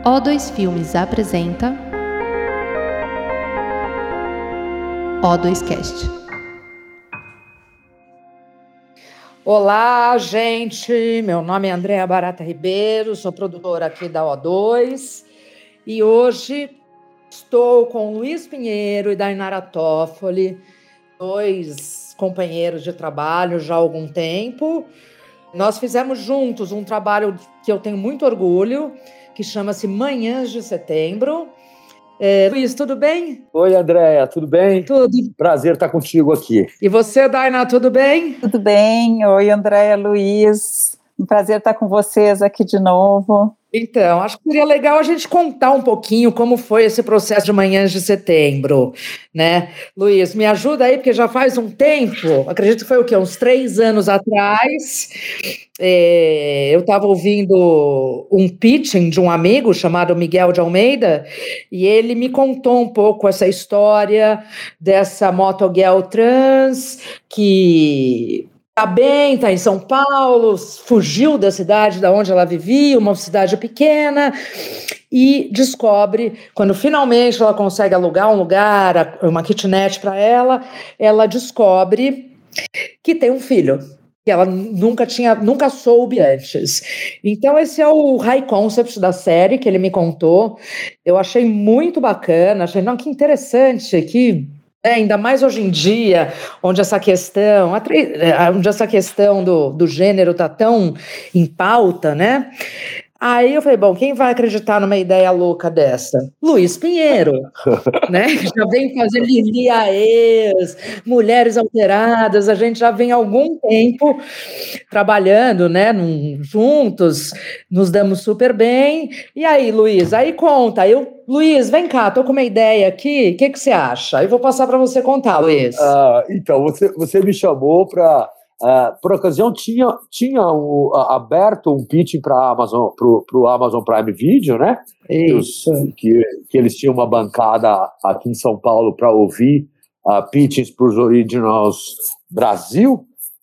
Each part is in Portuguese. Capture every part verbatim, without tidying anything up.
O dois Filmes apresenta O dois Cast. Olá, gente! Meu nome é Andréa Barata Ribeiro, sou produtora aqui da O dois e hoje estou com o Luiz Pinheiro e Dainara Toffoli, dois companheiros de trabalho já há algum tempo. Nós fizemos juntos um trabalho que eu tenho muito orgulho, que chama-se Manhãs de Setembro. É, Luiz, tudo bem? Oi, Andréa, tudo bem? Tudo. Prazer estar contigo aqui. E você, Daina, tudo bem? Tudo bem. Oi, Andréa, Luiz. Um prazer estar com vocês aqui de novo. Então, acho que seria legal a gente contar um pouquinho como foi esse processo de Manhãs de Setembro, né? Luiz, me ajuda aí, porque já faz um tempo, acredito que foi o quê? Uns três anos atrás, é, eu estava ouvindo um pitching de um amigo chamado Miguel de Almeida, e ele me contou um pouco essa história dessa motoguel trans que... Está bem, está em São Paulo, fugiu da cidade da onde ela vivia, uma cidade pequena, e descobre, quando finalmente ela consegue alugar um lugar, uma kitnet para ela, ela descobre que tem um filho, que ela nunca tinha, nunca soube antes. Então esse é o high concept da série que ele me contou. Eu achei muito bacana, achei, não, que interessante, que... É, ainda mais hoje em dia, onde essa questão, onde essa questão do, do gênero está tão em pauta, né? Aí eu falei, bom, quem vai acreditar numa ideia louca dessa? Luiz Pinheiro, né? Já vem fazer Lili Aes, Mulheres Alteradas, a gente já vem há algum tempo trabalhando, né, num, juntos, nos damos super bem. E aí, Luiz, aí conta, eu, Luiz, vem cá, tô com uma ideia aqui, o que, que você acha? Eu vou passar para você contar, Luiz. Ah, então, você, você me chamou para... Uh, por ocasião, tinha, tinha um, uh, aberto um pitching para a Amazon, para o Amazon Prime Video, né? Isso. Os, que, que eles tinham uma bancada aqui em São Paulo para ouvir uh, pitchings para os Originals Brasil.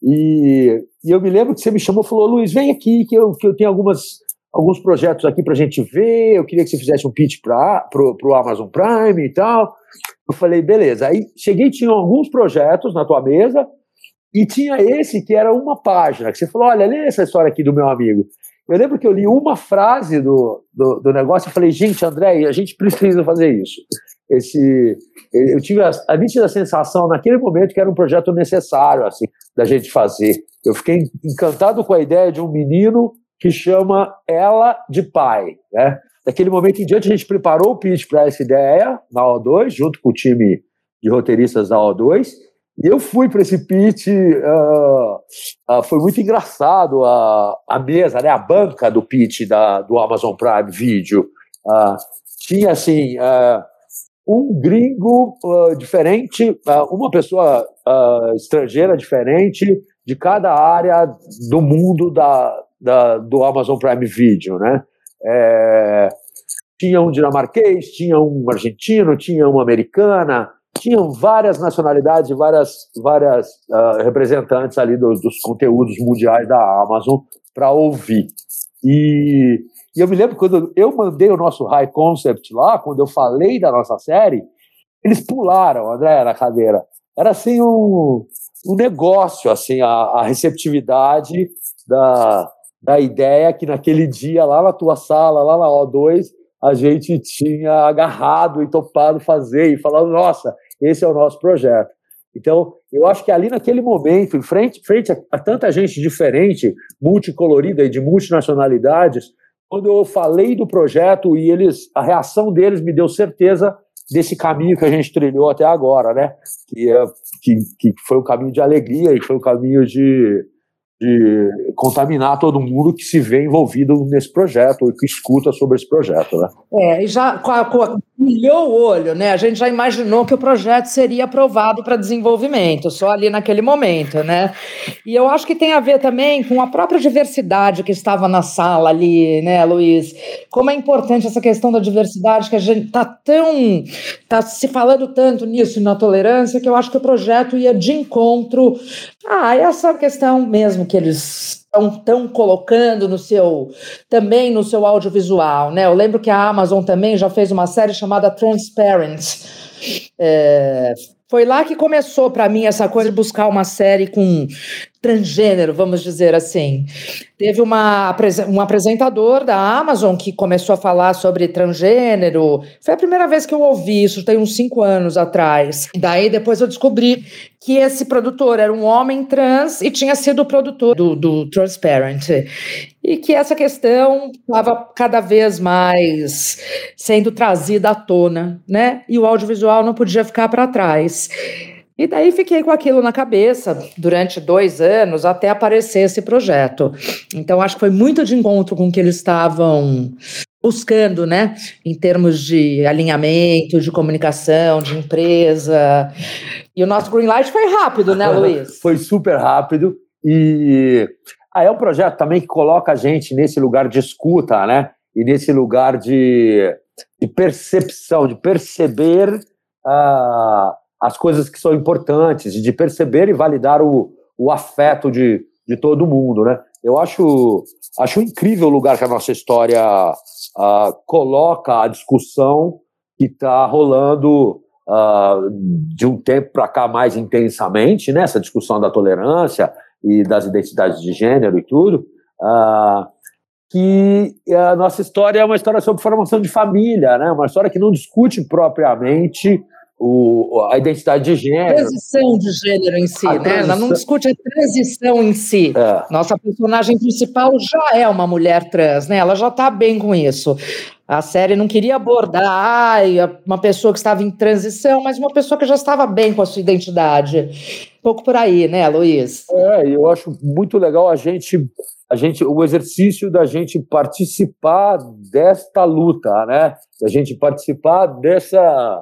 E, e eu me lembro que você me chamou e falou, Luiz, vem aqui que eu, que eu tenho algumas, alguns projetos aqui para a gente ver, eu queria que você fizesse um pitch para o Amazon Prime e tal. Eu falei, beleza. Aí cheguei, tinham alguns projetos na tua mesa, e tinha esse que era uma página, que você falou, olha, lê essa história aqui do meu amigo. Eu lembro que eu li uma frase do, do, do negócio e falei, gente, André, a gente precisa fazer isso. Esse, eu tive a, a nítida sensação naquele momento que era um projeto necessário, assim, da gente fazer. Eu fiquei encantado com a ideia de um menino que chama ela de pai, né? Daquele momento em diante a gente preparou o pitch para essa ideia na O dois, junto com o time de roteiristas da O dois. E eu fui para esse pitch, uh, uh, foi muito engraçado a, a mesa, né, a banca do pitch da, do Amazon Prime Video. Uh, tinha, assim, uh, um gringo uh, diferente, uh, uma pessoa uh, estrangeira diferente de cada área do mundo da, da, do Amazon Prime Video, né? É, tinha um dinamarquês, tinha um argentino, tinha uma americana, tinham várias nacionalidades e várias, várias uh, representantes ali do, dos conteúdos mundiais da Amazon para ouvir. E, e eu me lembro quando eu mandei o nosso High Concept lá, quando eu falei da nossa série, eles pularam, André, na cadeira. Era assim um, um negócio, assim, a, a receptividade da, da ideia que naquele dia, lá na tua sala, lá na O dois, a gente tinha agarrado e topado fazer e falado, nossa, esse é o nosso projeto. Então, eu acho que ali naquele momento, em frente, frente a, a tanta gente diferente, multicolorida e de multinacionalidades, quando eu falei do projeto e eles, a reação deles me deu certeza desse caminho que a gente trilhou até agora, né? Que, é, que, que foi um caminho de alegria e foi um caminho de... de contaminar todo mundo que se vê envolvido nesse projeto ou que escuta sobre esse projeto, né? É, e já com a, com a, brilhou o olho, né? A gente já imaginou que o projeto seria aprovado para desenvolvimento, só ali naquele momento, né? E eu acho que tem a ver também com a própria diversidade que estava na sala ali, né, Luiz? como é importante essa questão da diversidade, que a gente está tão, está se falando tanto nisso, na tolerância, que eu acho que o projeto ia de encontro a essa questão mesmo que eles estão colocando no seu, também no seu audiovisual, né? Eu lembro que a Amazon também já fez uma série chamada Transparent. É, foi lá que começou para mim essa coisa de buscar uma série com transgênero, vamos dizer assim. Teve uma, um apresentador da Amazon que começou a falar sobre transgênero. Foi a primeira vez que eu ouvi isso, tem uns cinco anos atrás. Daí depois eu descobri que esse produtor era um homem trans e tinha sido o produtor do, do Transparent. E que essa questão estava cada vez mais sendo trazida à tona, né? E o audiovisual não podia ficar para trás. E daí fiquei com aquilo na cabeça durante dois anos até aparecer esse projeto. Então acho que foi muito de encontro com o que eles estavam buscando, né? Em termos de alinhamento, de comunicação, de empresa. E o nosso Greenlight foi rápido, né, Luiz? Foi super rápido. E ah, é um projeto também que coloca a gente nesse lugar de escuta, né? E nesse lugar de, de percepção, de perceber uh, as coisas que são importantes, de perceber e validar o, o afeto de, de todo mundo, né? Eu acho, acho incrível o lugar que a nossa história uh, coloca a discussão que está rolando uh, de um tempo para cá mais intensamente, né? Essa discussão da tolerância e das identidades de gênero e tudo, uh, que a nossa história é uma história sobre formação de família, né? Uma história que não discute propriamente o, a identidade de gênero. Transição de gênero em si, a né? Transição... Ela não discute a transição em si. É. Nossa personagem principal já é uma mulher trans, né? Ela já está bem com isso. A série não queria abordar ai, uma pessoa que estava em transição, mas uma pessoa que já estava bem com a sua identidade. Um pouco por aí, né, Luiz? É, eu acho muito legal a gente, a gente, o exercício da gente participar desta luta, né? Da gente participar dessa,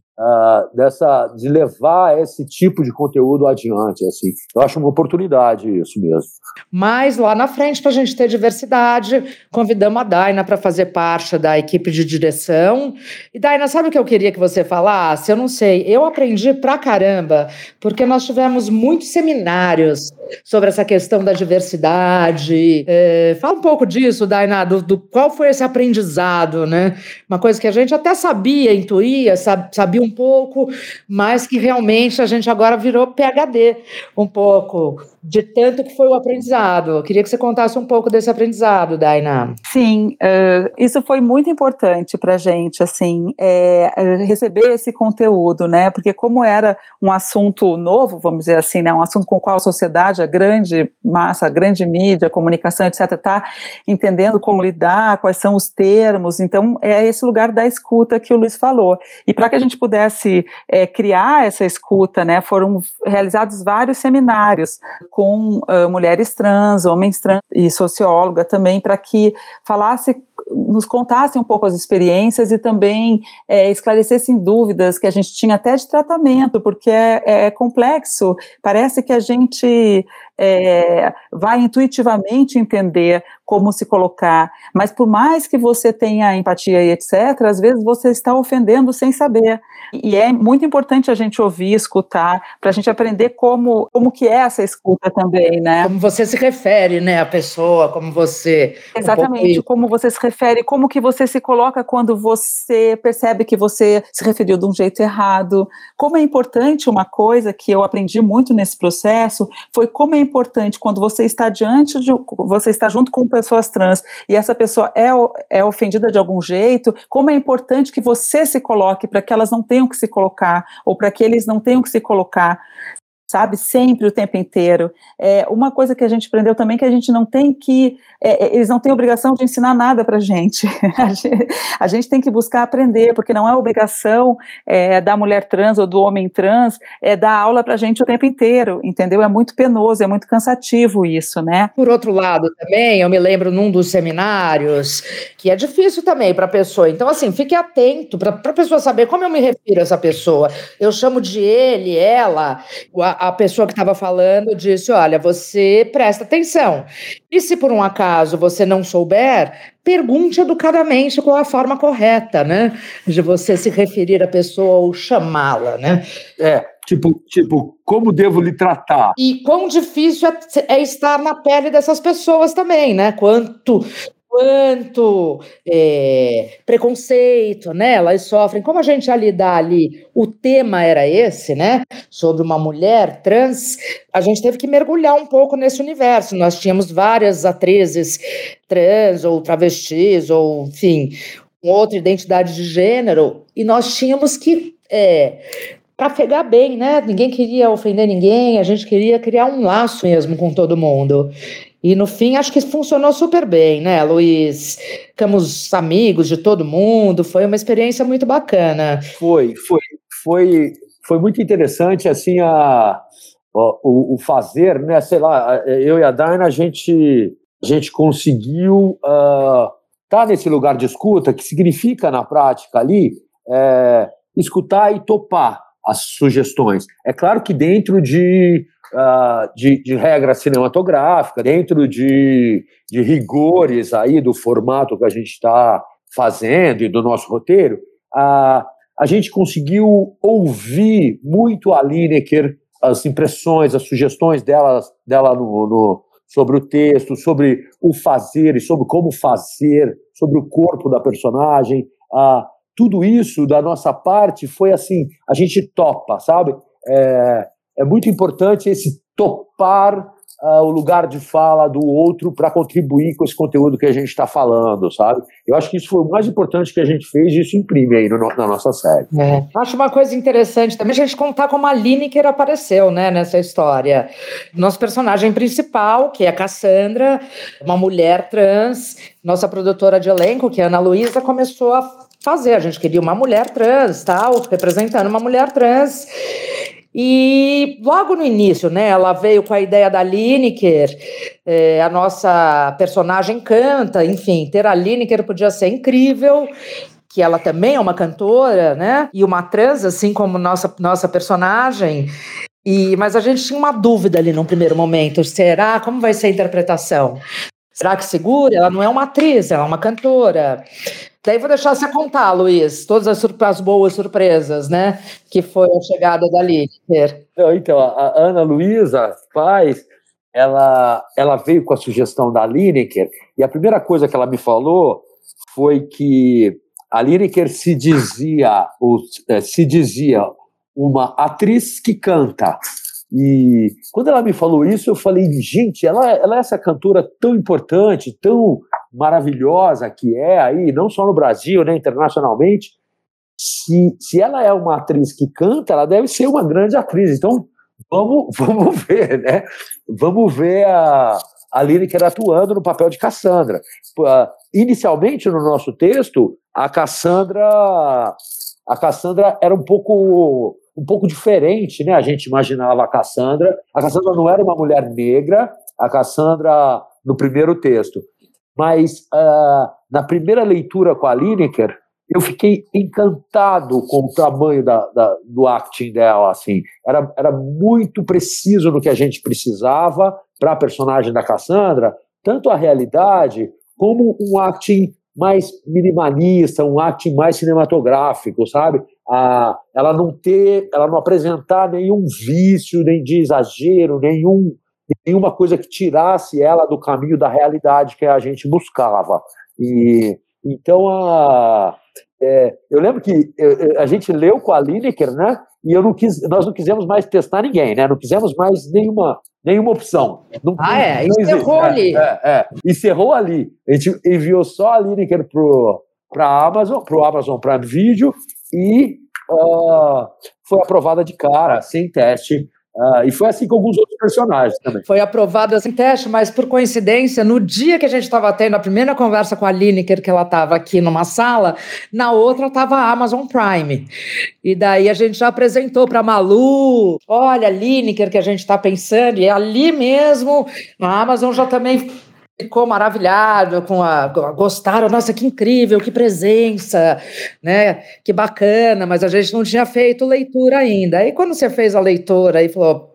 uh, dessa, de levar esse tipo de conteúdo adiante, assim. Eu acho uma oportunidade isso mesmo. Mas lá na frente, para a gente ter diversidade, convidamos a Daina para fazer parte da equipe de direção. E Daina, sabe o que eu queria que você falasse? Eu não sei, eu aprendi pra caramba, porque nós tivemos muitos seminários sobre essa questão da diversidade. É, fala um pouco disso, Daina, do, do qual foi esse aprendizado, né? Uma coisa que a gente até sabia, intuía, sabia um pouco, mas que realmente a gente agora virou P H D um pouco, de tanto que foi o aprendizado. Eu queria que você contasse um pouco desse aprendizado, Daina. Sim, uh, isso foi muito importante para a gente, assim, é, receber esse conteúdo, né, porque como era um assunto novo, vamos dizer assim, né, um assunto com o qual a sociedade, a grande massa, a grande mídia, a comunicação, etcétera, está entendendo como lidar, quais são os termos, então é esse lugar da escuta que o Luiz falou. E para que a gente pudesse é, criar essa escuta, né, foram realizados vários seminários com uh, mulheres trans, homens trans e socióloga também, para que falasse, nos contassem um pouco as experiências e também é, esclarecessem dúvidas que a gente tinha até de tratamento, porque é, é complexo, parece que a gente é, vai intuitivamente entender como se colocar, mas por mais que você tenha empatia e etcétera, às vezes você está ofendendo sem saber, e é muito importante a gente ouvir, escutar, para a gente aprender como, como que é essa escuta também, né? Como você se refere, né, à pessoa, como você... Exatamente, um como você se refere, como que você se coloca quando você percebe que você se referiu de um jeito errado, como é importante uma coisa que eu aprendi muito nesse processo, foi como é importante quando você está diante de, você está junto com pessoas trans e essa pessoa é, é ofendida de algum jeito, como é importante que você se coloque para que elas não tenham que se colocar, ou para que eles não tenham que se colocar, sabe, sempre, o tempo inteiro. É, uma coisa que a gente aprendeu também, que a gente não tem que, é, eles não têm obrigação de ensinar nada pra gente. A gente, a gente tem que buscar aprender, porque não é obrigação é, da mulher trans ou do homem trans é, dar aula pra gente o tempo inteiro, entendeu? É muito penoso, é muito cansativo isso, né? Por outro lado também, eu me lembro num dos seminários, que é difícil também para a pessoa, então assim, fique atento para a pessoa saber como eu me refiro a essa pessoa. Eu chamo de ele, ela, a a pessoa que estava falando disse, olha, você presta atenção. E se por um acaso você não souber, pergunte educadamente qual a forma correta, né? De você se referir à pessoa ou chamá-la, né? É, tipo, tipo, como devo lhe tratar? E quão difícil é, é estar na pele dessas pessoas também, né? Quanto... quanto é, preconceito, né, elas sofrem, como a gente ia lidar ali, o tema era esse, né, sobre uma mulher trans, a gente teve que mergulhar um pouco nesse universo, nós tínhamos várias atrizes trans, ou travestis, ou, enfim, com outra identidade de gênero, e nós tínhamos que... É, trafegar bem, né? Ninguém queria ofender ninguém, a gente queria criar um laço mesmo com todo mundo. E no fim, acho que funcionou super bem, né, Luiz? Ficamos amigos de todo mundo, foi uma experiência muito bacana. Foi, foi, foi, foi muito interessante, assim, a, o, o fazer, né? Sei lá, eu e a Daina, a gente, a gente conseguiu uh, estar nesse lugar de escuta, que significa, na prática ali, é, escutar e topar as sugestões. É claro que dentro de, uh, de, de regra cinematográfica, dentro de, de rigores aí do formato que a gente está fazendo e do nosso roteiro, uh, a gente conseguiu ouvir muito a Lineker, as impressões, as sugestões dela, dela no, no, sobre o texto, sobre o fazer e sobre como fazer, sobre o corpo da personagem. Uh, Tudo isso, da nossa parte, foi assim, a gente topa, sabe? É, é muito importante esse topar uh, o lugar de fala do outro para contribuir com esse conteúdo que a gente está falando, sabe? Eu acho que isso foi o mais importante que a gente fez e isso imprime aí no, na nossa série. É. Acho uma coisa interessante também a gente contar como a Lineker apareceu, né, nessa história. Nosso personagem principal, que é a Cassandra, uma mulher trans, nossa produtora de elenco, que é a Ana Luísa, começou a fazer, a gente queria uma mulher trans, tal, representando uma mulher trans, e logo no início, né, ela veio com a ideia da Lineker, é, a nossa personagem canta, enfim, ter a Lineker podia ser incrível, que ela também é uma cantora, né, e uma trans, assim como nossa, nossa personagem, e, mas a gente tinha uma dúvida ali no primeiro momento, será, como vai ser a interpretação? Será que segura? Ela não é uma atriz, ela é uma cantora. Daí vou deixar você contar, Luiz, todas as, surpre- as boas surpresas, né, que foi a chegada da Lineker. Então, a Ana Luísa Paz, ela, ela veio com a sugestão da Lineker, e a primeira coisa que ela me falou foi que a Lineker se dizia, se dizia uma atriz que canta. E quando ela me falou isso, eu falei, gente, ela, ela é essa cantora tão importante, tão maravilhosa que é aí, não só no Brasil, né, internacionalmente. Se, se ela é uma atriz que canta, ela deve ser uma grande atriz. Então, vamos, vamos ver, né? Vamos ver a, a Lineker atuando no papel de Cassandra. Uh, inicialmente, no nosso texto, a Cassandra, a Cassandra era um pouco... um pouco diferente, né? A gente imaginava a Cassandra. A Cassandra não era uma mulher negra, a Cassandra no primeiro texto. Mas uh, na primeira leitura com a Lineker, eu fiquei encantado com o tamanho da, da, do acting dela. Assim. Era, era muito preciso no que a gente precisava para a personagem da Cassandra, tanto a realidade como um acting mais minimalista, um acting mais cinematográfico, sabe? Ah, ela não ter, ela não apresentar nenhum vício, nem de exagero, nenhum, nenhuma coisa que tirasse ela do caminho da realidade que a gente buscava. E então a, é, eu lembro que eu, a gente leu com a Lineker, né? E eu não quis, nós não quisemos mais testar ninguém, né? Não quisemos mais nenhuma, nenhuma opção. Não, ah, é? não Encerrou é, ali. É, é, encerrou ali. A gente enviou só a Lineker para a Amazon, para o Amazon Prime Video, e uh, foi aprovada de cara, sem teste. Uh, e foi assim com alguns outros personagens também. Foi aprovada sem teste, mas por coincidência, no dia que a gente estava tendo a primeira conversa com a Lineker, que ela estava aqui numa sala, na outra estava a Amazon Prime. E daí a gente já apresentou para a Malu, olha, a Lineker que a gente está pensando, e ali mesmo a Amazon já também ficou maravilhado com a, gostaram, nossa, que incrível, que presença, né, que bacana, mas a gente não tinha feito leitura ainda. Aí quando você fez a leitura e falou,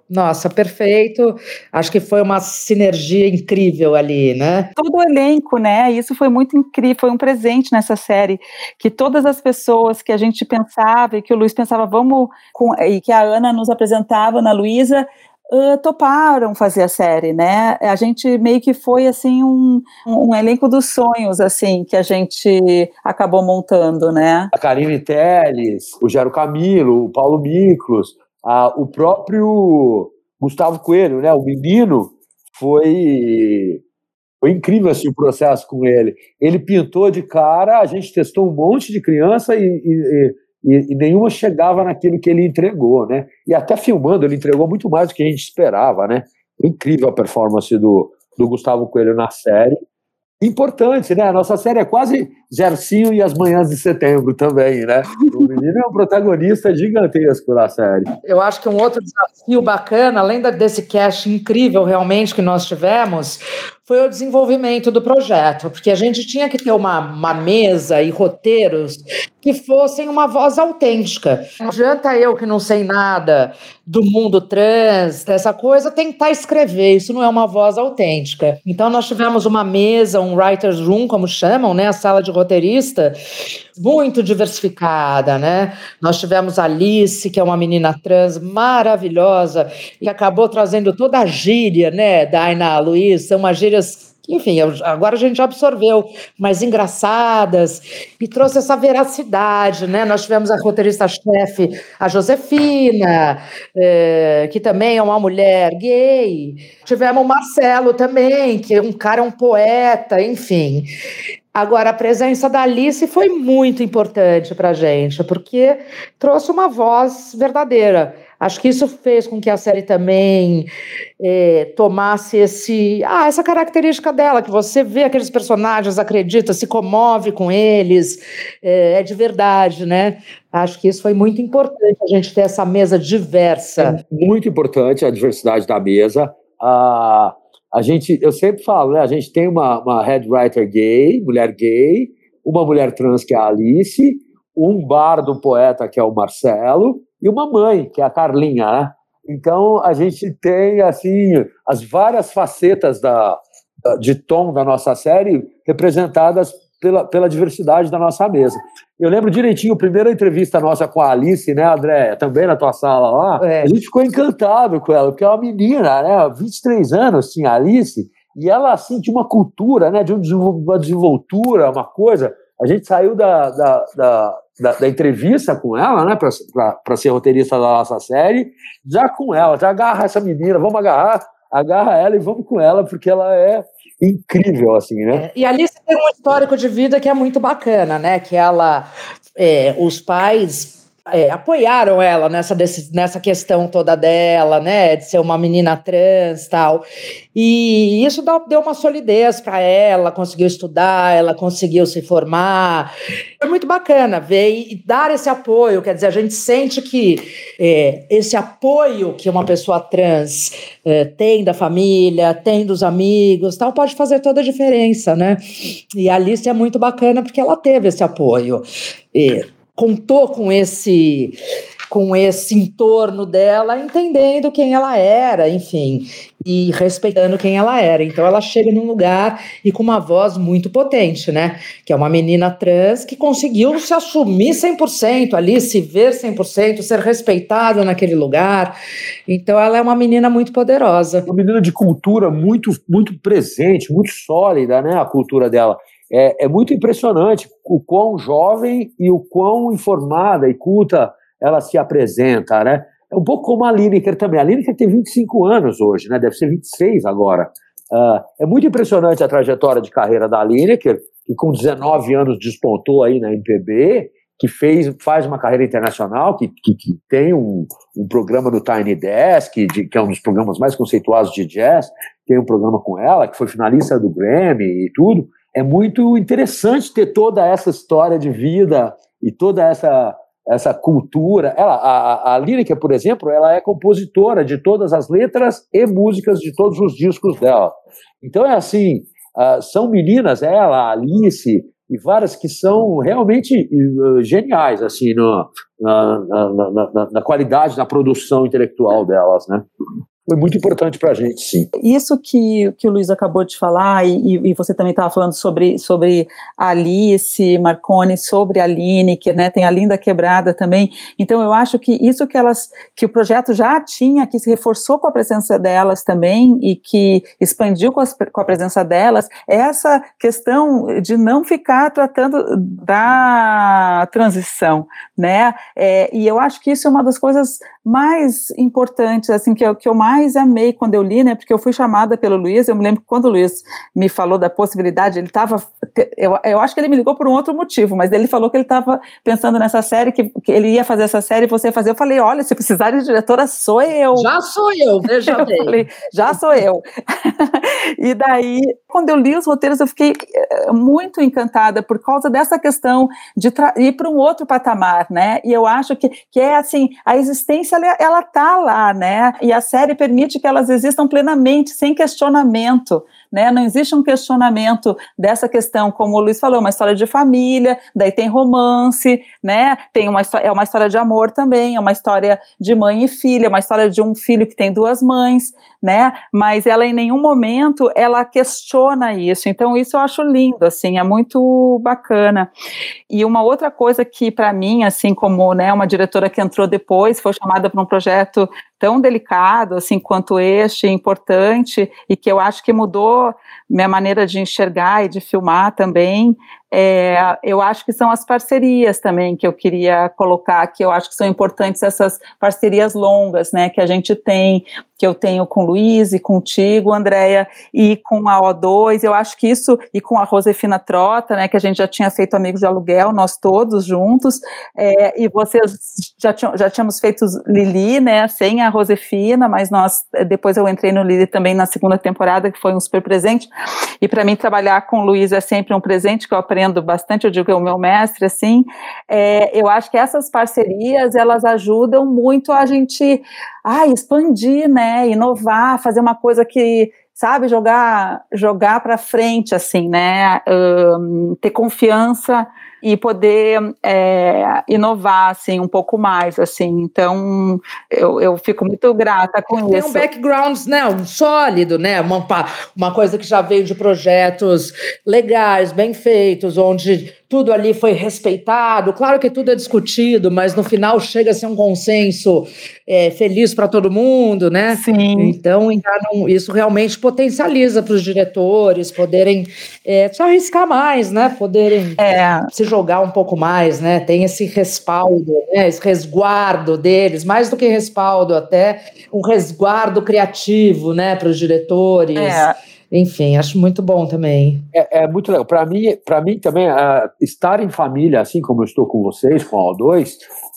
Nossa, perfeito. Acho que foi uma sinergia incrível ali, né? Todo o elenco, né? Isso foi muito incrível, foi um presente nessa série, que todas as pessoas que a gente pensava e que o Luiz pensava, vamos, com, e que a Ana nos apresentava, Ana Luísa, Uh, toparam fazer a série, né? A gente meio que foi assim um, um, um elenco dos sonhos, assim, que a gente acabou montando, né? A Karine Telles, o Gero Camilo, o Paulo Miklos, a, o próprio Gustavo Coelho, né? O menino foi foi incrível assim, o processo com ele. Ele pintou de cara, a gente testou um monte de criança e, e, e, e nenhuma chegava naquilo que ele entregou, né? E até filmando, ele entregou muito mais do que a gente esperava, né? Foi incrível a performance do, do Gustavo Coelho na série. Importante, né? A nossa série é quase Gersinho e as Manhãs de Setembro também, né? O menino é um protagonista gigantesco da série. Eu acho que um outro desafio bacana, além desse cast incrível realmente que nós tivemos, foi o desenvolvimento do projeto, porque a gente tinha que ter uma, uma mesa e roteiros que fossem uma voz autêntica. Não adianta eu, que não sei nada do mundo trans, dessa coisa, tentar escrever, isso não é uma voz autêntica. Então nós tivemos uma mesa, um writer's room, como chamam, né, a sala de roteirista, muito diversificada, né? Nós tivemos a Alice, que é uma menina trans maravilhosa, e acabou trazendo toda a gíria, né, da Ana Luísa, são umas gírias, enfim, agora a gente já absorveu, mas engraçadas, e trouxe essa veracidade, né? Nós tivemos a roteirista-chefe, a Josefina, é, que também é uma mulher gay. Tivemos o Marcelo também, que é um cara, um poeta, enfim. Agora, a presença da Alice foi muito importante para a gente, porque trouxe uma voz verdadeira. Acho que isso fez com que a série também é, tomasse esse, ah, essa característica dela, que você vê aqueles personagens, acredita, se comove com eles, é, é de verdade, né? Acho que isso foi muito importante, a gente ter essa mesa diversa. É muito importante a diversidade da mesa. A, a gente, eu sempre falo, né? A gente tem uma, uma head writer gay, mulher gay, uma mulher trans, que é a Alice, um bardo poeta, que é o Marcelo, e uma mãe, que é a Carlinha, né? Então, a gente tem, assim, as várias facetas da, de tom da nossa série representadas pela, pela diversidade da nossa mesa. Eu lembro direitinho, a primeira entrevista nossa com a Alice, né, André? Também na tua sala lá, é. A gente ficou encantado com ela, porque é uma menina, né, vinte e três anos, tinha a Alice, e ela, assim, tinha uma cultura, né, de uma desenvoltura, uma coisa. A gente saiu da... da, da Da, da entrevista com ela, né, para ser roteirista da nossa série, já com ela, já agarra essa menina, vamos agarrar, agarra ela e vamos com ela, porque ela é incrível, assim, né? É, e a Alice tem um histórico de vida que é muito bacana, né, que ela, é, os pais... É, apoiaram ela nessa, desse, nessa questão toda dela, né, de ser uma menina trans e tal, e isso deu uma solidez para ela, conseguiu estudar, ela conseguiu se formar, foi muito bacana ver e dar esse apoio, quer dizer, a gente sente que é, esse apoio que uma pessoa trans é, tem da família, tem dos amigos, tal, pode fazer toda a diferença, né, e a Alice é muito bacana porque ela teve esse apoio, e contou com esse, com esse entorno dela, entendendo quem ela era, enfim, e respeitando quem ela era. Então ela chega num lugar e com uma voz muito potente, né? Que é uma menina trans que conseguiu se assumir cem por cento ali, se ver cem por cento, ser respeitada naquele lugar. Então ela é uma menina muito poderosa. Uma menina de cultura muito, muito presente, muito sólida, né? A cultura dela. É, é muito impressionante o quão jovem e o quão informada e culta ela se apresenta, né? É um pouco como a Lineker também. A Lineker tem vinte e cinco anos hoje, né? Deve ser vinte e seis agora. Uh, é muito impressionante a trajetória de carreira da Lineker, que com dezenove anos despontou aí na M P B, que fez, faz uma carreira internacional, que, que, que tem um, um programa no Tiny Desk, de, que é um dos programas mais conceituados de jazz, tem um programa com ela, que foi finalista do Grammy e tudo. É muito interessante ter toda essa história de vida e toda essa, essa cultura. Ela, a, a Lineker, por exemplo, ela é compositora de todas as letras e músicas de todos os discos dela. Então é assim, uh, são meninas, ela, a Alice, e várias que são realmente uh, geniais, assim, no, na, na, na, na, na qualidade, na produção intelectual delas, né? Foi muito importante para a gente, sim. Isso que, que o Luiz acabou de falar, e, e você também estava falando sobre, sobre a Alice Marconi, sobre a Lineker, né, tem a Linda Quebrada também, então eu acho que isso que elas, que o projeto já tinha, que se reforçou com a presença delas também, e que expandiu com, as, com a presença delas, é essa questão de não ficar tratando da transição, né, é, e eu acho que isso é uma das coisas mais importantes, assim, que eu, que eu mais mais amei quando eu li, né, porque eu fui chamada pelo Luiz, eu me lembro que quando o Luiz me falou da possibilidade, ele estava, eu, eu acho que ele me ligou por um outro motivo, mas ele falou que ele estava pensando nessa série, que, que ele ia fazer essa série e você ia fazer, eu falei, olha, se precisar de diretora, sou eu. Já sou eu, veja bem. Eu falei, já sou eu. E daí, quando eu li os roteiros, eu fiquei muito encantada por causa dessa questão de ir para um outro patamar, né, e eu acho que, que é assim, a existência, ela, ela tá lá, né, e a série permite que elas existam plenamente, sem questionamento, né? Não existe um questionamento dessa questão, como o Luiz falou, é uma história de família, daí tem romance, né? Tem uma, é uma história de amor também, é uma história de mãe e filha, é uma história de um filho que tem duas mães, né? Mas ela em nenhum momento, ela questiona isso, então isso eu acho lindo, assim, é muito bacana. E uma outra coisa que para mim, assim, como, né, uma diretora que entrou depois, foi chamada para um projeto tão delicado, assim, quanto este, importante, e que eu acho que mudou minha maneira de enxergar e de filmar também, é, eu acho que são as parcerias também que eu queria colocar, que eu acho que são importantes essas parcerias longas, né, que a gente tem, que eu tenho com o Luiz e contigo, Andréia, e com a O dois, eu acho que isso, e com a Josefina Trota, né, que a gente já tinha feito Amigos de Aluguel, nós todos juntos, é, e vocês já, tinham, já tínhamos feito Lili, né, sem a Josefina, mas nós, depois eu entrei no Lili também na segunda temporada, que foi um super presente, e para mim trabalhar com o Luiz é sempre um presente, que eu aprendo bastante, eu digo que é o meu mestre, assim, é, eu acho que essas parcerias, elas ajudam muito a gente, ah, expandir, né, inovar, fazer uma coisa que, sabe, jogar, jogar para frente, assim, né, um, ter confiança e poder é, inovar, assim, um pouco mais, assim, então eu, eu fico muito grata com Tem isso. um background, né, um sólido, né, uma, uma coisa que já veio de projetos legais, bem feitos, onde tudo ali foi respeitado, claro que tudo é discutido, mas no final chega a ser um consenso é, feliz para todo mundo, né? Sim. Então, então isso realmente potencializa para os diretores poderem é, se arriscar mais, né? Poderem é. se jogar um pouco mais, né? Tem esse respaldo, né? Esse resguardo deles, mais do que respaldo, até um resguardo criativo, né? Para os diretores. É. Enfim, acho muito bom também. É, é muito legal. Para mim, para mim também, uh, estar em família, assim como eu estou com vocês, com a O dois,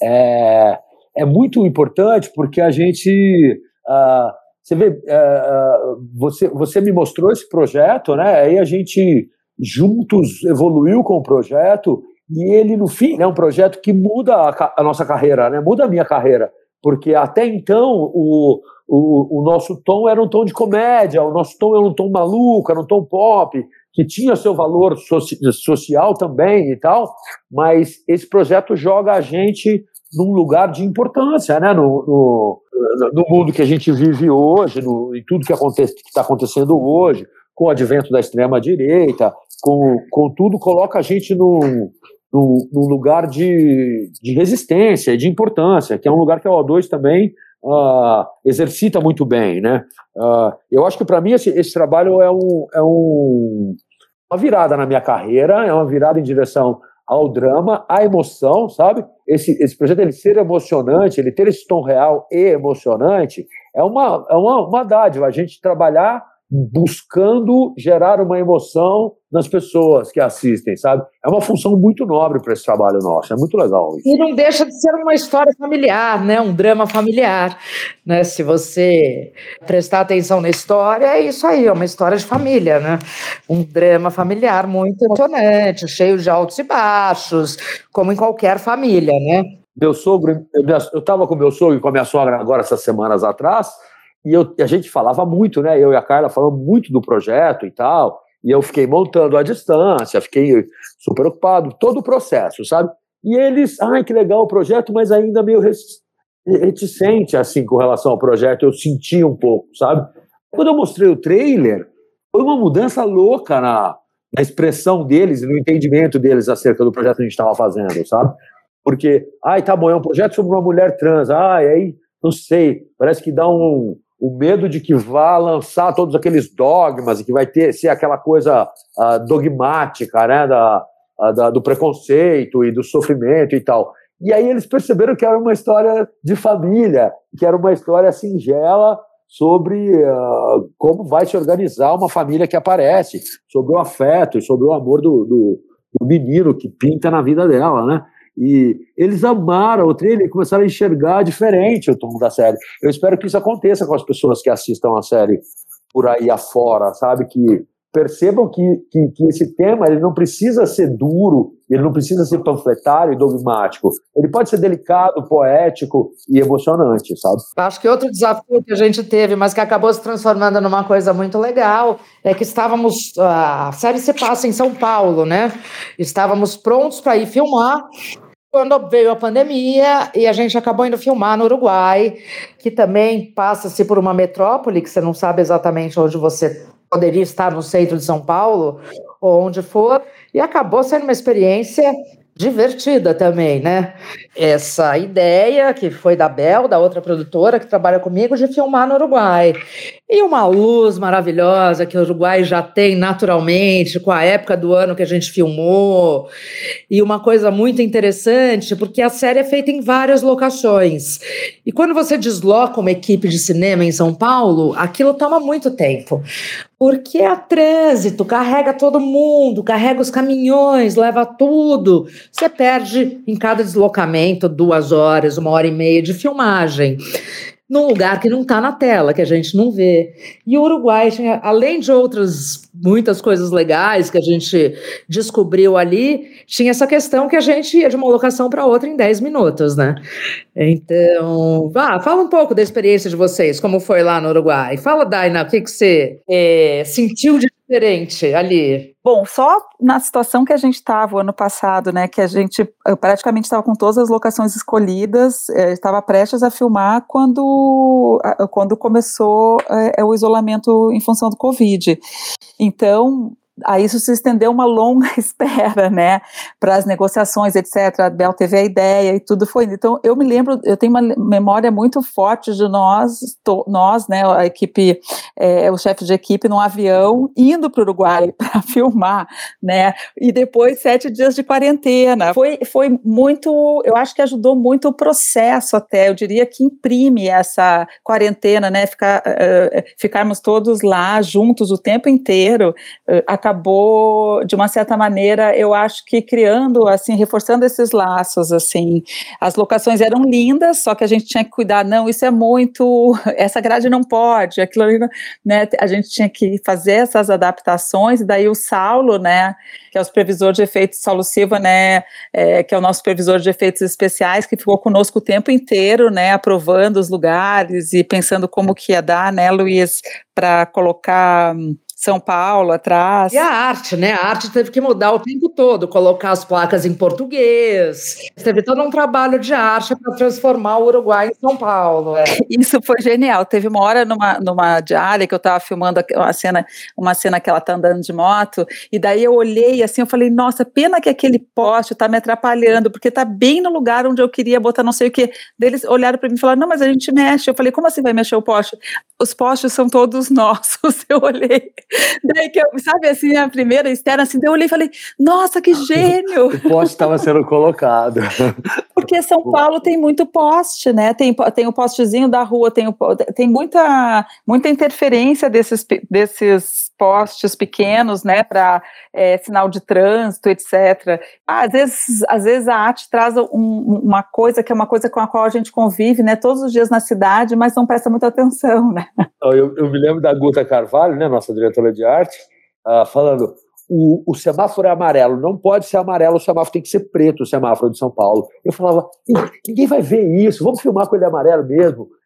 é, é muito importante, porque a gente... Uh, você vê, uh, você, você me mostrou esse projeto, né? Aí a gente juntos evoluiu com o projeto, e ele, no fim, é um projeto que muda a, a nossa carreira, né? Muda a minha carreira, porque até então o... O, o nosso tom era um tom de comédia, o nosso tom era um tom maluco, era um tom pop, que tinha seu valor soci, social também e tal, mas esse projeto joga a gente num lugar de importância, né? no, no, no mundo que a gente vive hoje, no, em tudo que está acontecendo hoje, com o advento da extrema-direita, com, com tudo, coloca a gente num, num, num lugar de, de resistência e de importância, que é um lugar que a O dois também Uh, exercita muito bem, né? Uh, eu acho que para mim esse, esse trabalho é, um, é um, uma virada na minha carreira, é uma virada em direção ao drama, à emoção, sabe? Esse, esse projeto, ele ser emocionante, ele ter esse tom real e emocionante, é uma, é uma, uma dádiva, a gente trabalhar buscando gerar uma emoção nas pessoas que assistem, sabe? É uma função muito nobre para esse trabalho nosso, é muito legal isso. E não deixa de ser uma história familiar, né? Um drama familiar, né? Se você prestar atenção na história, é isso aí, é uma história de família, né? Um drama familiar muito emocionante, cheio de altos e baixos, como em qualquer família, né? Meu sogro, eu estava com meu sogro e com a minha sogra agora essas semanas atrás, e eu, a gente falava muito, né? Eu e a Carla falamos muito do projeto e tal. E eu fiquei montando à distância, fiquei super ocupado, todo o processo, sabe? E eles, ai, que legal o projeto, mas ainda meio reticente, assim, com relação ao projeto, eu senti um pouco, sabe? Quando eu mostrei o trailer, foi uma mudança louca na, na expressão deles e no entendimento deles acerca do projeto que a gente estava fazendo, sabe? Porque, ai, tá bom, é um projeto sobre uma mulher trans, ai, aí, não sei, parece que dá um, um medo de que vá lançar todos aqueles dogmas e que vai ter, ser aquela coisa uh, dogmática, né, da, uh, da, do preconceito e do sofrimento e tal. E aí eles perceberam que era uma história de família, que era uma história singela sobre uh, como vai se organizar uma família que aparece, sobre o afeto e sobre o amor do, do, do menino que pinta na vida dela, né? E eles amaram o trailer e começaram a enxergar diferente o tom da série. Eu espero que isso aconteça com as pessoas que assistam a série por aí afora, sabe? Que percebam que, que, que esse tema ele não precisa ser duro, ele não precisa ser panfletário e dogmático. Ele pode ser delicado, poético e emocionante, sabe? Acho que outro desafio que a gente teve, mas que acabou se transformando numa coisa muito legal, é que estávamos... A série se passa em São Paulo, né? Estávamos prontos para ir filmar quando veio a pandemia e a gente acabou indo filmar no Uruguai, que também passa-se por uma metrópole, que você não sabe exatamente onde você poderia estar, no centro de São Paulo, ou onde for, e acabou sendo uma experiência divertida também, né? Essa ideia que foi da Bel, da outra produtora que trabalha comigo, de filmar no Uruguai. E uma luz maravilhosa que o Uruguai já tem naturalmente, com a época do ano que a gente filmou. E uma coisa muito interessante, porque a série é feita em várias locações. E quando você desloca uma equipe de cinema em São Paulo, aquilo toma muito tempo. Porque é trânsito, carrega todo mundo, carrega os caminhões, leva tudo. Você perde em cada deslocamento duas horas, uma hora e meia de filmagem, num lugar que não está na tela, que a gente não vê. E o Uruguai tinha, além de outras muitas coisas legais que a gente descobriu ali, tinha essa questão que a gente ia de uma locação para outra em dez minutos, né? Então, vá, fala um pouco da experiência de vocês, como foi lá no Uruguai. Fala, Daina, o que, que você é, sentiu de diferente ali? Bom, só na situação que a gente estava o ano passado, né, que a gente praticamente estava com todas as locações escolhidas, estava prestes a filmar quando, quando começou é, o isolamento em função do Covid. Então, aí isso se estendeu uma longa espera, né, para as negociações, etcétera. A Bel teve a ideia e tudo foi. Então, eu me lembro, eu tenho uma memória muito forte de nós, to, nós, né, a equipe, é, o chefe de equipe num avião, indo para o Uruguai para filmar, né, e depois sete dias de quarentena. Foi, foi muito, eu acho que ajudou muito o processo até, eu diria que imprime essa quarentena, né, ficar, uh, ficarmos todos lá juntos o tempo inteiro, uh, acabou, de uma certa maneira, eu acho que criando, assim, reforçando esses laços, assim, as locações eram lindas, só que a gente tinha que cuidar, não, isso é muito, essa grade não pode, aquilo ali, né, a gente tinha que fazer essas adaptações, e daí o Saulo, né, que é o supervisor de efeitos, Saulo Silva, né, é, que é o nosso supervisor de efeitos especiais, que ficou conosco o tempo inteiro, né, aprovando os lugares e pensando como que ia dar, né, Luiz, para colocar São Paulo atrás. E a arte, né? A arte teve que mudar o tempo todo, colocar as placas em português. Teve todo um trabalho de arte para transformar o Uruguai em São Paulo. É. Isso foi genial. Teve uma hora numa, numa diária que eu estava filmando uma cena, uma cena que ela está andando de moto, e daí eu olhei assim, eu falei, nossa, pena que aquele poste está me atrapalhando, porque está bem no lugar onde eu queria botar não sei o quê. Daí eles olharam para mim e falaram, não, mas a gente mexe. Eu falei, como assim vai mexer o poste? Os postes são todos nossos. Eu olhei. Daí que eu, sabe assim, a primeira externa, assim, daí eu olhei e falei, nossa, que gênio! O poste estava sendo colocado. Porque São Paulo tem muito poste, né? Tem, tem o postezinho da rua, tem, o, tem muita, muita interferência desses, desses postes pequenos, né? Para é, sinal de trânsito, etcétera. Ah, às vezes, às vezes a arte traz um, uma coisa que é uma coisa com a qual a gente convive, né? Todos os dias na cidade, mas não presta muita atenção, né? Eu, eu me lembro da Guta Carvalho, né? Nossa diretora de arte, uh, falando, o, o semáforo é amarelo, não pode ser amarelo, o semáforo tem que ser preto, o semáforo de São Paulo. Eu falava, ninguém vai ver isso, vamos filmar com ele amarelo mesmo.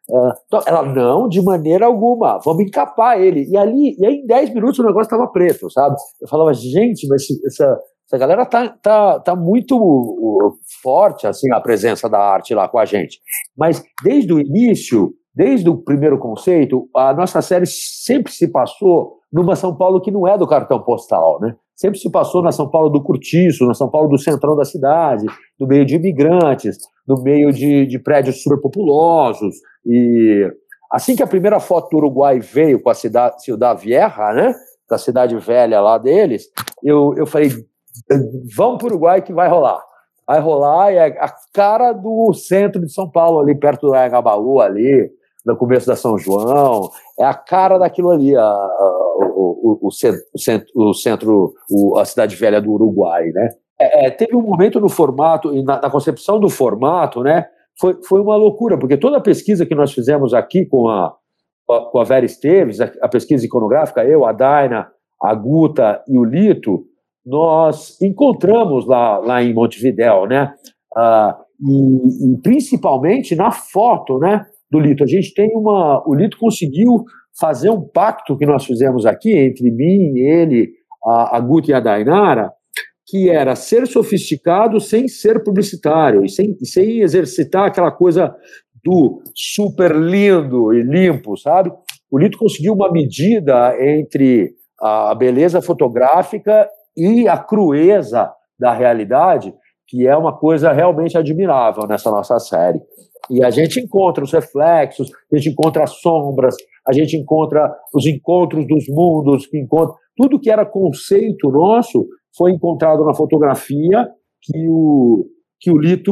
Uh, ela, não, de maneira alguma, vamos encapar ele. E ali, e aí em dez minutos o negócio estava preto, sabe? Eu falava, gente, mas essa, essa galera tá, tá, tá muito uh, forte, assim, a presença da arte lá com a gente. Mas desde o início, desde o primeiro conceito, a nossa série sempre se passou numa São Paulo que não é do cartão postal, né? Sempre se passou na São Paulo do Cortiço, na São Paulo do centrão da cidade, no meio de imigrantes, no meio de, de prédios superpopulosos. E assim que a primeira foto do Uruguai veio com a cidade, Ciudad Vieja, né, da cidade velha lá deles, eu, eu falei, vamos para o Uruguai que vai rolar. Vai rolar, é a cara do centro de São Paulo, ali perto do Anhangabaú, ali, no começo da São João, é a cara daquilo ali, a, a, o, o, o, centro, o centro, o, a cidade velha do Uruguai, né? É, teve um momento no formato, na, na concepção do formato, né? Foi, foi uma loucura, porque toda a pesquisa que nós fizemos aqui com a, com a Vera Esteves, a, a pesquisa iconográfica, eu, a Daina, a Guta e o Lito, nós encontramos lá, lá em Montevidéu, né? Ah, e, e principalmente na foto, né, do Lito. A gente tem uma... O Lito conseguiu fazer um pacto que nós fizemos aqui, entre mim, ele, a, a Guta e a Dainara, que era ser sofisticado sem ser publicitário, e sem, sem exercitar aquela coisa do super lindo e limpo, sabe? O Lito conseguiu uma medida entre a beleza fotográfica e a crueza da realidade, que é uma coisa realmente admirável nessa nossa série. E a gente encontra os reflexos, a gente encontra as sombras, a gente encontra os encontros dos mundos, que encontra... tudo que era conceito nosso foi encontrado na fotografia que o, que o Lito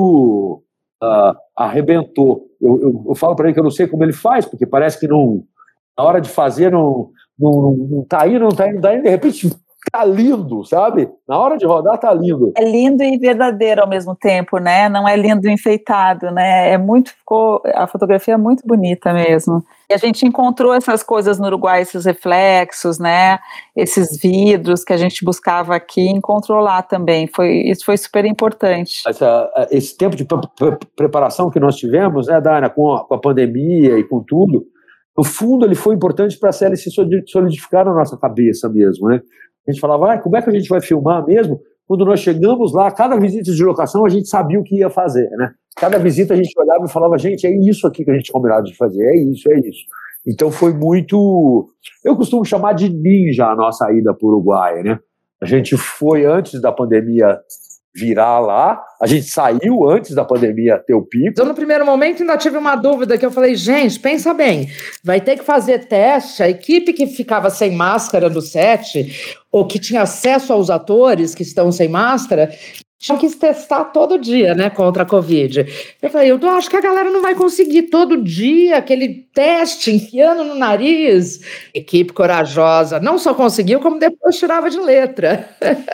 uh, arrebentou. Eu, eu, eu falo para ele que eu não sei como ele faz, porque parece que não, na hora de fazer não, não, não tá indo, não tá indo, não tá indo, de repente tá lindo, sabe? Na hora de rodar tá lindo. É lindo e verdadeiro ao mesmo tempo, né? Não é lindo e enfeitado, né? É muito, ficou, a fotografia é muito bonita mesmo. E a gente encontrou essas coisas no Uruguai, esses reflexos, né? Esses vidros que a gente buscava aqui, encontrou lá também. Foi, isso foi super importante. Essa, esse tempo de pre- pre- preparação que nós tivemos, né, Daina, com a, com a pandemia e com tudo, no fundo ele foi importante para a série se solidificar na nossa cabeça mesmo, né? A gente falava, ah, como é que a gente vai filmar mesmo? Quando nós chegamos lá, cada visita de locação a gente sabia o que ia fazer, né? Cada visita a gente olhava e falava, gente, é isso aqui que a gente combinava de fazer, é isso, é isso. Então foi muito... Eu costumo chamar de ninja a nossa ida para o Uruguai, né? A gente foi antes da pandemia virar lá, a gente saiu antes da pandemia ter o pico. Eu, no primeiro momento, ainda tive uma dúvida, que eu falei, gente, pensa bem, vai ter que fazer teste, a equipe que ficava sem máscara no set, ou que tinha acesso aos atores que estão sem máscara, tinham que testar todo dia, né, contra a Covid. Eu falei, eu acho que a galera não vai conseguir todo dia aquele teste enfiando no nariz. Equipe corajosa, não só conseguiu, como depois tirava de letra.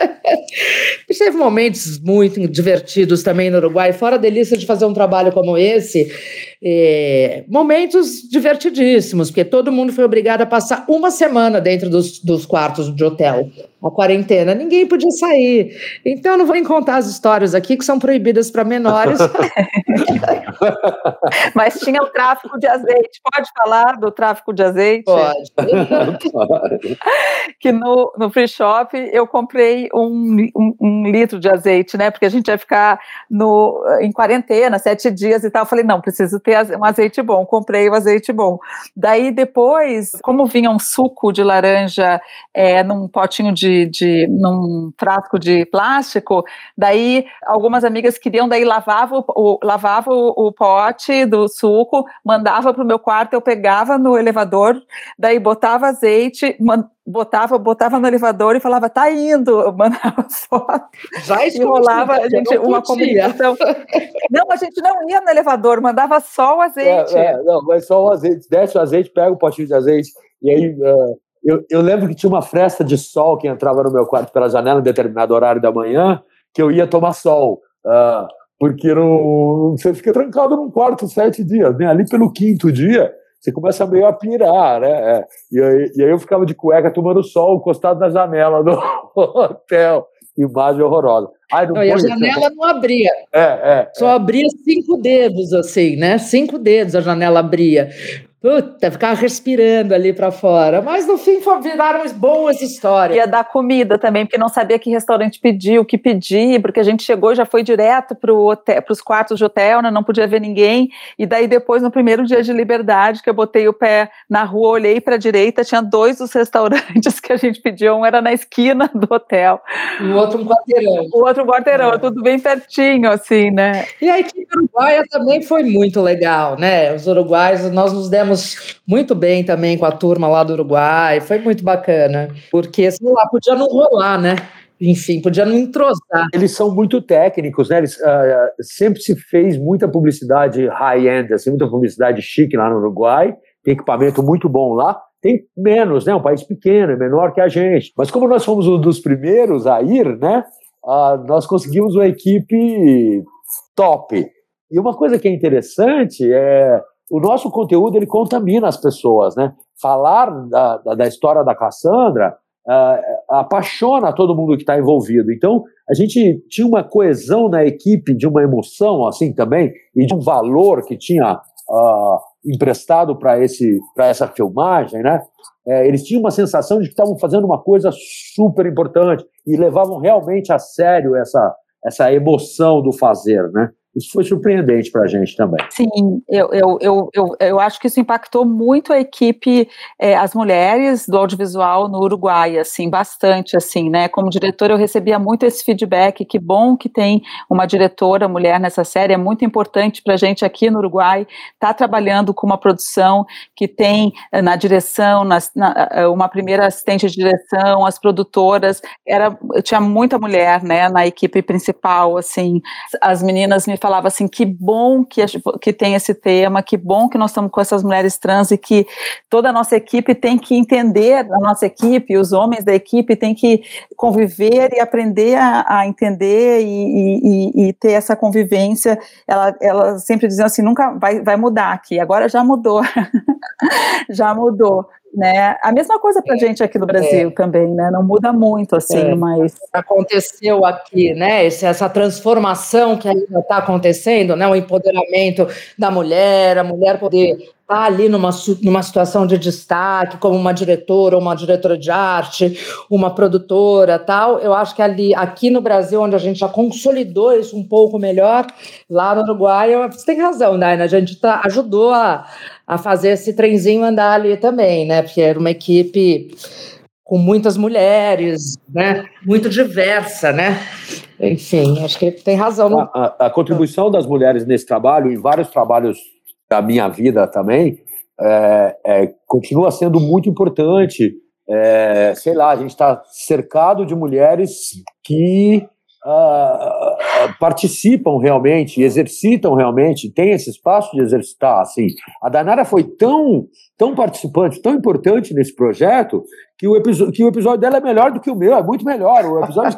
E teve momentos muito divertidos também no Uruguai, fora a delícia de fazer um trabalho como esse, é, momentos divertidíssimos, porque todo mundo foi obrigado a passar uma semana dentro dos, dos quartos de hotel, a quarentena, ninguém podia sair. Então eu não vou nem contar as histórias aqui que são proibidas para menores. Mas tinha o tráfico de azeite. Pode falar do tráfico de azeite? Pode. Que no, no free shop eu comprei um, um, um litro de azeite, né? Porque a gente ia ficar no, em quarentena, sete dias e tal. Eu falei, não, preciso ter um azeite bom. Comprei o azeite bom. Daí depois, como vinha um suco de laranja é, num potinho de, de num frasco de plástico, daí algumas amigas queriam, daí lavava o, lavava o, o pote do suco, mandava para o meu quarto, eu pegava no elevador, daí botava azeite, man, botava, botava no elevador e falava, tá indo, eu mandava foto. Já e rolava a gente, uma comunicação. Não, a gente não ia no elevador, mandava só o azeite. É, é, não, mas só o azeite, desce o azeite, pega o potinho de azeite, e aí... Uh... Eu, eu lembro que tinha uma fresta de sol que entrava no meu quarto pela janela em determinado horário da manhã, que eu ia tomar sol, uh, porque não, você fica trancado num quarto sete dias, né? Ali pelo quinto dia, você começa meio a pirar, né? É. E, aí, e aí eu ficava de cueca tomando sol, encostado na janela do hotel. imagem horrorosa. Ai, não não, e a põe- janela não abria, É, é. só abria cinco dedos, assim, né? Cinco dedos a janela abria. Puta, ficava respirando ali para fora. Mas no fim foi- viraram boas histórias. Ia dar comida também, porque não sabia que restaurante pedir, o que pedir, porque a gente chegou e já foi direto para os quartos de hotel, né, não podia ver ninguém, e daí depois, no primeiro dia de liberdade, que eu botei o pé na rua, olhei para a direita, tinha dois dos restaurantes que a gente pediu, um era na esquina do hotel, E o outro um quarteirão. o outro quarteirão, tudo bem pertinho, assim, né? E a equipe uruguaia também foi muito legal, né? Os uruguaios, nós nos demos muito bem também com a turma lá do Uruguai, foi muito bacana, porque, sei lá, podia não rolar, né? Enfim, podia não entrosar. Eles são muito técnicos, né? Eles, ah, sempre se fez muita publicidade high-end, assim, muita publicidade chique lá no Uruguai, tem equipamento muito bom lá, tem menos, né? Um país pequeno, é menor que a gente. Mas como nós fomos um dos primeiros a ir, né? Ah, nós conseguimos uma equipe top. E uma coisa que é interessante é o nosso conteúdo, ele contamina as pessoas, né? Falar da, da, da história da Cassandra uh, apaixona todo mundo que está envolvido. Então, a gente tinha uma coesão na equipe, de uma emoção, assim, também, e de um valor que tinha uh, emprestado para esse, para essa filmagem, né? É, eles tinham uma sensação de que estavam fazendo uma coisa super importante e levavam realmente a sério essa, essa emoção do fazer, né? Isso foi surpreendente para a gente também. Sim, eu, eu, eu, eu, eu acho que isso impactou muito a equipe, é, as mulheres do audiovisual no Uruguai, assim, bastante, assim, né, como diretora eu recebia muito esse feedback, que bom que tem uma diretora mulher nessa série, é muito importante para a gente aqui no Uruguai, estar tá trabalhando com uma produção que tem na direção, na, na, uma primeira assistente de direção, as produtoras, era, tinha muita mulher, né, na equipe principal, assim, as meninas me falava assim, que bom que, que tem esse tema, que bom que nós estamos com essas mulheres trans e que toda a nossa equipe tem que entender, a nossa equipe, os homens da equipe tem que conviver e aprender a, a entender e, e, e ter essa convivência. Ela, ela sempre dizia assim, nunca vai, vai mudar aqui, agora já mudou, já mudou. Né? A mesma coisa para a é, gente aqui no Brasil é. também, né? Não muda muito, assim, é. mas... Aconteceu aqui, né? Essa transformação que ainda está acontecendo, né? O empoderamento da mulher, a mulher poder estar ali numa, numa situação de destaque, como uma diretora, uma diretora de arte, uma produtora, tal. Eu acho que ali, aqui no Brasil, onde a gente já consolidou isso um pouco melhor, lá no Uruguai, você tem razão, Daina, a gente tá, ajudou a... a fazer esse trenzinho andar ali também, né, porque era uma equipe com muitas mulheres, né, muito diversa, né, enfim, acho que tem razão. No... A, a, a contribuição das mulheres nesse trabalho, em vários trabalhos da minha vida também, é, é, continua sendo muito importante, é, sei lá, a gente está cercado de mulheres que Uh, participam realmente, exercitam realmente, tem esse espaço de exercitar, assim. A Dainara foi tão, tão participante, tão importante nesse projeto, que o, que o episódio dela é melhor do que o meu, é muito melhor. O episódio...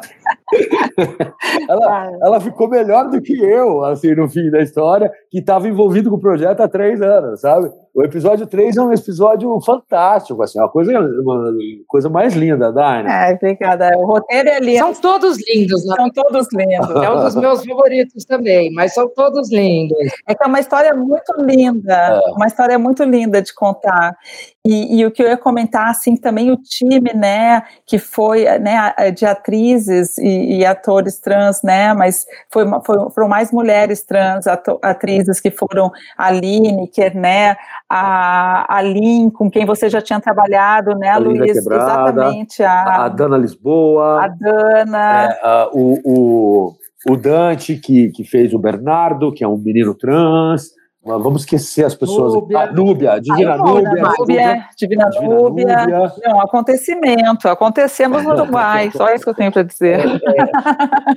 ela, ela ficou melhor do que eu, assim, no fim da história, que estava envolvido com o projeto há três anos, sabe? O episódio três é um episódio fantástico, assim, uma coisa, uma coisa mais linda, Daina. É, obrigada. O roteiro é lindo. São todos lindos, né? São todos lindos. É um dos meus favoritos também, mas são todos lindos. É que é uma história muito linda, é. uma história muito linda de contar. E, e o que eu ia comentar, assim, também o time, né, que foi, né, de atrizes e, e atores trans, né, mas foi, foi, foram mais mulheres trans, ato, atrizes que foram a Lineker, né, a, a Lin, com quem você já tinha trabalhado, né, a Luiz, exatamente. A, a Dana Lisboa. A Dana. É, a, o, o, o Dante, que, que fez o Bernardo, que é um menino trans. Vamos esquecer as pessoas. Núbia. Ah, Núbia, Divina Núbia. Núbia, Divina Núbia. Não, acontecimento. Acontecemos no Uruguai. Só isso que eu tenho para dizer.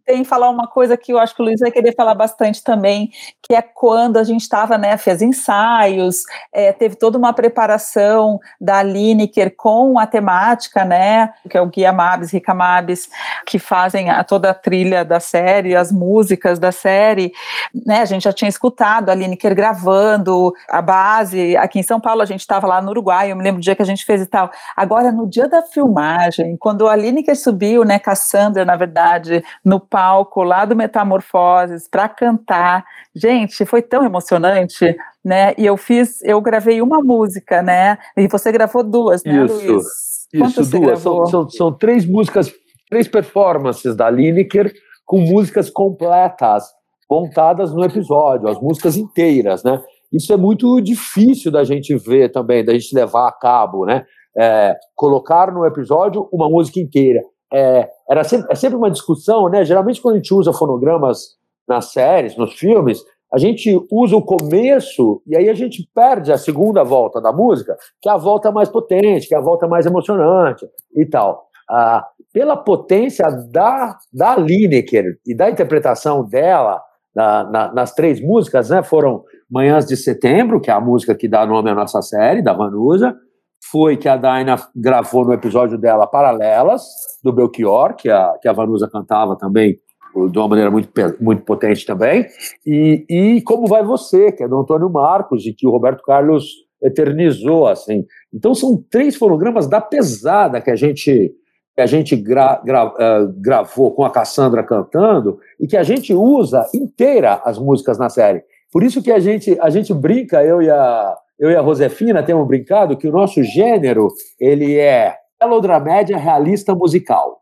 tem falar uma coisa que eu acho que o Luiz vai querer falar bastante também, que é quando a gente estava, né, fez ensaios, é, teve toda uma preparação da Lineker com a temática, né, que é o Gui Amabis, Rica Amabis, que fazem a, toda a trilha da série, as músicas da série, né, a gente já tinha escutado a Lineker gravando a base, aqui em São Paulo a gente estava lá no Uruguai, eu me lembro do dia que a gente fez e tal. Agora, no dia da filmagem, quando a Lineker subiu, né, Cassandra, na verdade, no palco lá do Metamorfoses para cantar, gente, foi tão emocionante, né, e eu fiz, eu gravei uma música, né, e você gravou duas, né, isso, Luiz? Isso, duas, são, são, são três músicas, três performances da Lineker com músicas completas, montadas no episódio, as músicas inteiras, né, isso é muito difícil da gente ver também, da gente levar a cabo, né, é, colocar no episódio uma música inteira. É, era sempre, é sempre uma discussão, né? Geralmente quando a gente usa fonogramas nas séries, nos filmes, a gente usa o começo e aí a gente perde a segunda volta da música, que é a volta mais potente, que é a volta mais emocionante e tal. Ah, pela potência da, da Lineker e da interpretação dela na, na, nas três músicas, né? Foram Manhãs de Setembro, que é a música que dá nome à nossa série, da Vanusa, foi que a Daina gravou no episódio dela Paralelas, do Belchior, que a, que a Vanusa cantava também, de uma maneira muito, muito potente também, e, e Como Vai Você, que é do Antônio Marcos, e que o Roberto Carlos eternizou, assim. Então são três fonogramas da pesada que a gente, que a gente gra, gra, uh, gravou com a Cassandra cantando, e que a gente usa inteira as músicas na série. Por isso que a gente, a gente brinca, eu e a... Eu e a Josefina temos brincado que o nosso gênero, ele é melodramédia realista musical.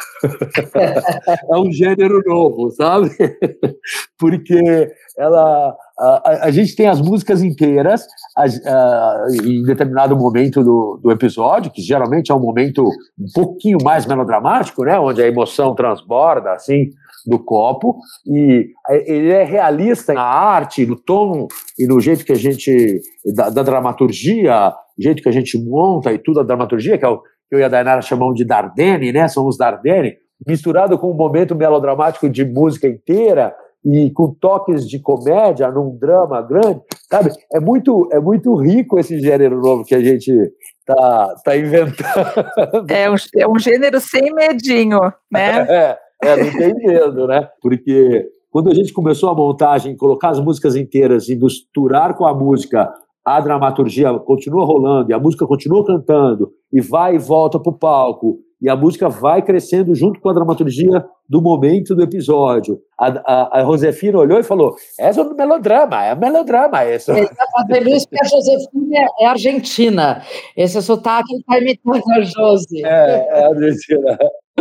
É um gênero novo, sabe? Porque ela, a, a gente tem as músicas inteiras a, a, em determinado momento do, do episódio, que geralmente é um momento um pouquinho mais melodramático, né? Onde a emoção transborda, assim, do copo, e ele é realista na arte, no tom e no jeito que a gente, da, da dramaturgia, o jeito que a gente monta e tudo a dramaturgia, que é o que eu e a Dainara chamamos de Dardenne, né, somos Dardenne, misturado com um momento melodramático de música inteira e com toques de comédia num drama grande, sabe? É muito, é muito rico esse gênero novo que a gente tá, tá inventando. É um, é um gênero sem medinho, né? É. É, não tem medo, né? Porque quando a gente começou a montagem, colocar as músicas inteiras e misturar com a música, a dramaturgia continua rolando, e a música continua cantando, e vai e volta pro palco, e a música vai crescendo junto com a dramaturgia do momento do episódio. A, a, a Josefina olhou e falou, é um melodrama, é um melodrama isso. Ele está fazendo isso porque a Josefina é argentina. Esse sotaque está imitando a Josi. É, é argentina.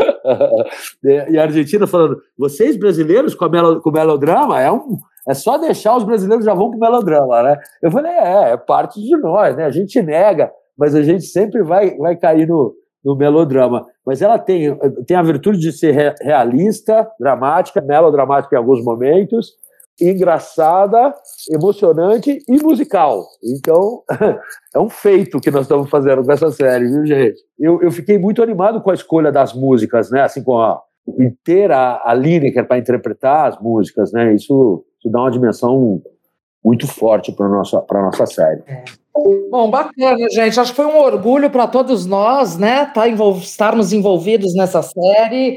E a Argentina falando, vocês brasileiros com, a melo, com melodrama, é, um, é só deixar os brasileiros já vão pro melodrama, né? Eu falei, é, é parte de nós, né? A gente nega, mas a gente sempre vai, vai cair no, no melodrama. Mas ela tem, tem a virtude de ser realista, dramática, melodramática em alguns momentos, engraçada, emocionante e musical. Então, é um feito que nós estamos fazendo com essa série, viu, gente? Eu, eu fiquei muito animado com a escolha das músicas, né? Assim, com a inteira a Lineker para interpretar as músicas, né? Isso, isso dá uma dimensão muito forte para a nossa, para nossa série. É. Bom, bacana, gente. Acho que foi um orgulho para todos nós, né? Tá envol- estarmos envolvidos nessa série.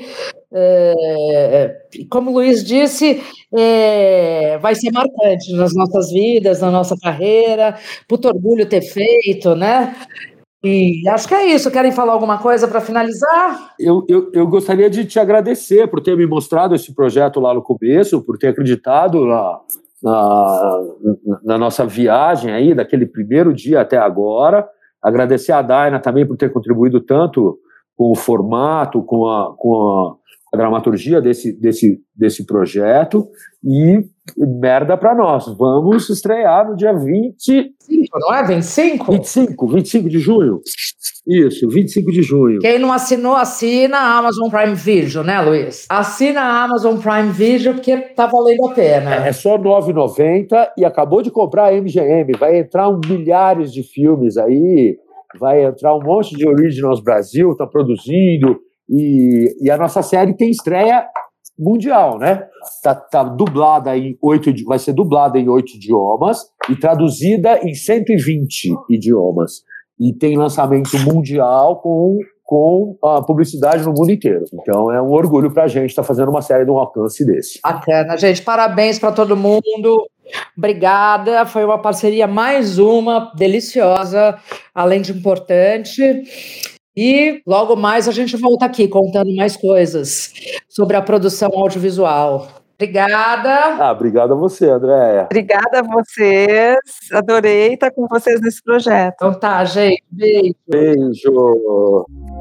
É, como o Luiz disse, é, vai ser marcante nas nossas vidas, na nossa carreira. Puto orgulho ter feito, né? E acho que é isso. Querem falar alguma coisa para finalizar? Eu, eu, eu gostaria de te agradecer por ter me mostrado esse projeto lá no começo, por ter acreditado na, na, na nossa viagem aí, daquele primeiro dia até agora. Agradecer a Daina também por ter contribuído tanto com o formato, com a, com a, a dramaturgia desse, desse, desse projeto. E merda pra nós. Vamos estrear no dia vinte e cinco, não é? vinte e cinco? vinte e cinco, vinte e cinco de junho. Isso, vinte e cinco de junho. Quem não assinou, assina a Amazon Prime Video, né, Luiz? Assina a Amazon Prime Video porque tá valendo a pena. É, é só nove reais e noventa centavos e acabou de comprar a M G M. Vai entrar um milhares de filmes aí, vai entrar um monte de Originals Brasil, tá produzindo, e, e a nossa série tem estreia mundial, né? Tá, tá dublada em oito, vai ser dublada em oito idiomas e traduzida em cento e vinte idiomas. E tem lançamento mundial com, com a publicidade no mundo inteiro. Então é um orgulho pra gente estar tá fazendo uma série de um alcance desse. Bacana, gente. Parabéns para todo mundo. Obrigada. Foi uma parceria mais uma, deliciosa, além de importante. E logo mais a gente volta aqui contando mais coisas sobre a produção audiovisual. Obrigada. Ah, obrigado a você, Andréia. Obrigada a vocês. Adorei estar com vocês nesse projeto. Então tá, gente. Beijo. Beijo.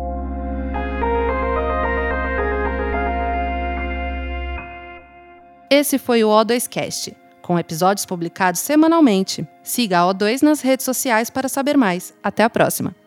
Esse foi o O dois Cast, com episódios publicados semanalmente. Siga a O dois nas redes sociais para saber mais. Até a próxima.